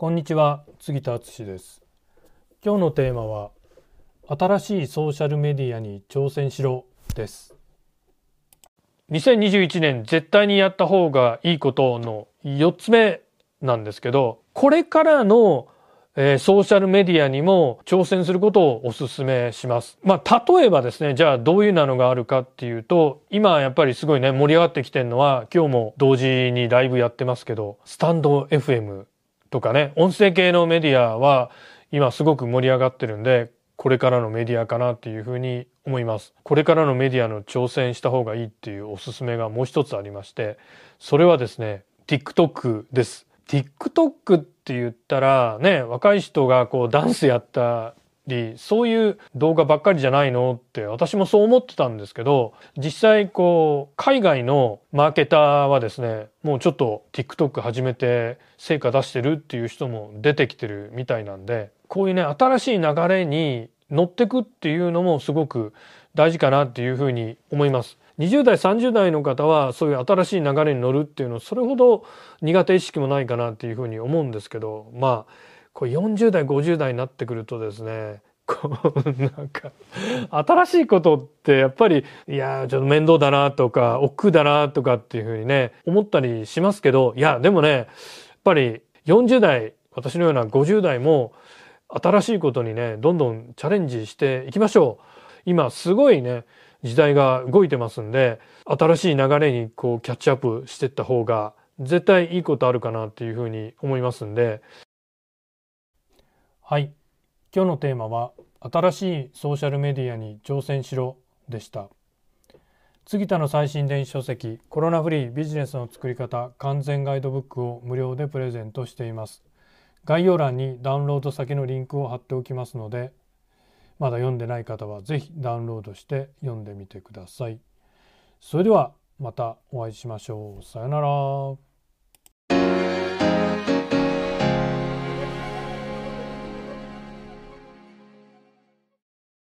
こんにちは、杉田敦です。今日のテーマは新しいソーシャルメディアに挑戦しろです。2021年絶対にやった方がいいことの4つ目なんですけど、これからのソーシャルメディアにも挑戦することをお勧めします。例えばですね、じゃあどういうのがあるかっていうと、今やっぱりすごいね、盛り上がってきてるのは、今日も同時にライブやってますけど、スタンド FM とかね、音声系のメディアは今すごく盛り上がってるんで、これからのメディアかなっていうふうに思います。これからのメディアの挑戦した方がいいっていうおすすめがもう一つありまして、それはですね、TikTok です。TikTok って言ったらね、若い人がこうダンスやったり、そういう動画ばっかりじゃないのって私もそう思ってたんですけど、実際こう海外のマーケターはですね、もうちょっと TikTok 始めて成果出してるっていう人も出てきてるみたいなんで、こういうね、新しい流れに乗ってくっていうのもすごく大事かなっていうふうに思います。20代30代の方はそういう新しい流れに乗るっていうのはそれほど苦手意識もないかなっていうふうに思うんですけど、これ40代50代になってくるとですね、新しいことってやっぱりちょっと面倒だなとか億劫だなとかっていうふうにね思ったりしますけど、でもねやっぱり40代、私のような50代も新しいことにねどんどんチャレンジしていきましょう。今すごいね時代が動いてますんで、新しい流れにこうキャッチアップしていった方が絶対いいことあるかなっていうふうに思いますんで。はい、今日のテーマは新しいソーシャルメディアに挑戦しろでした。杉田の最新電子書籍コロナフリービジネスの作り方完全ガイドブックを無料でプレゼントしています。概要欄にダウンロード先のリンクを貼っておきますので、まだ読んでない方はぜひダウンロードして読んでみてください。それではまたお会いしましょう。さよなら。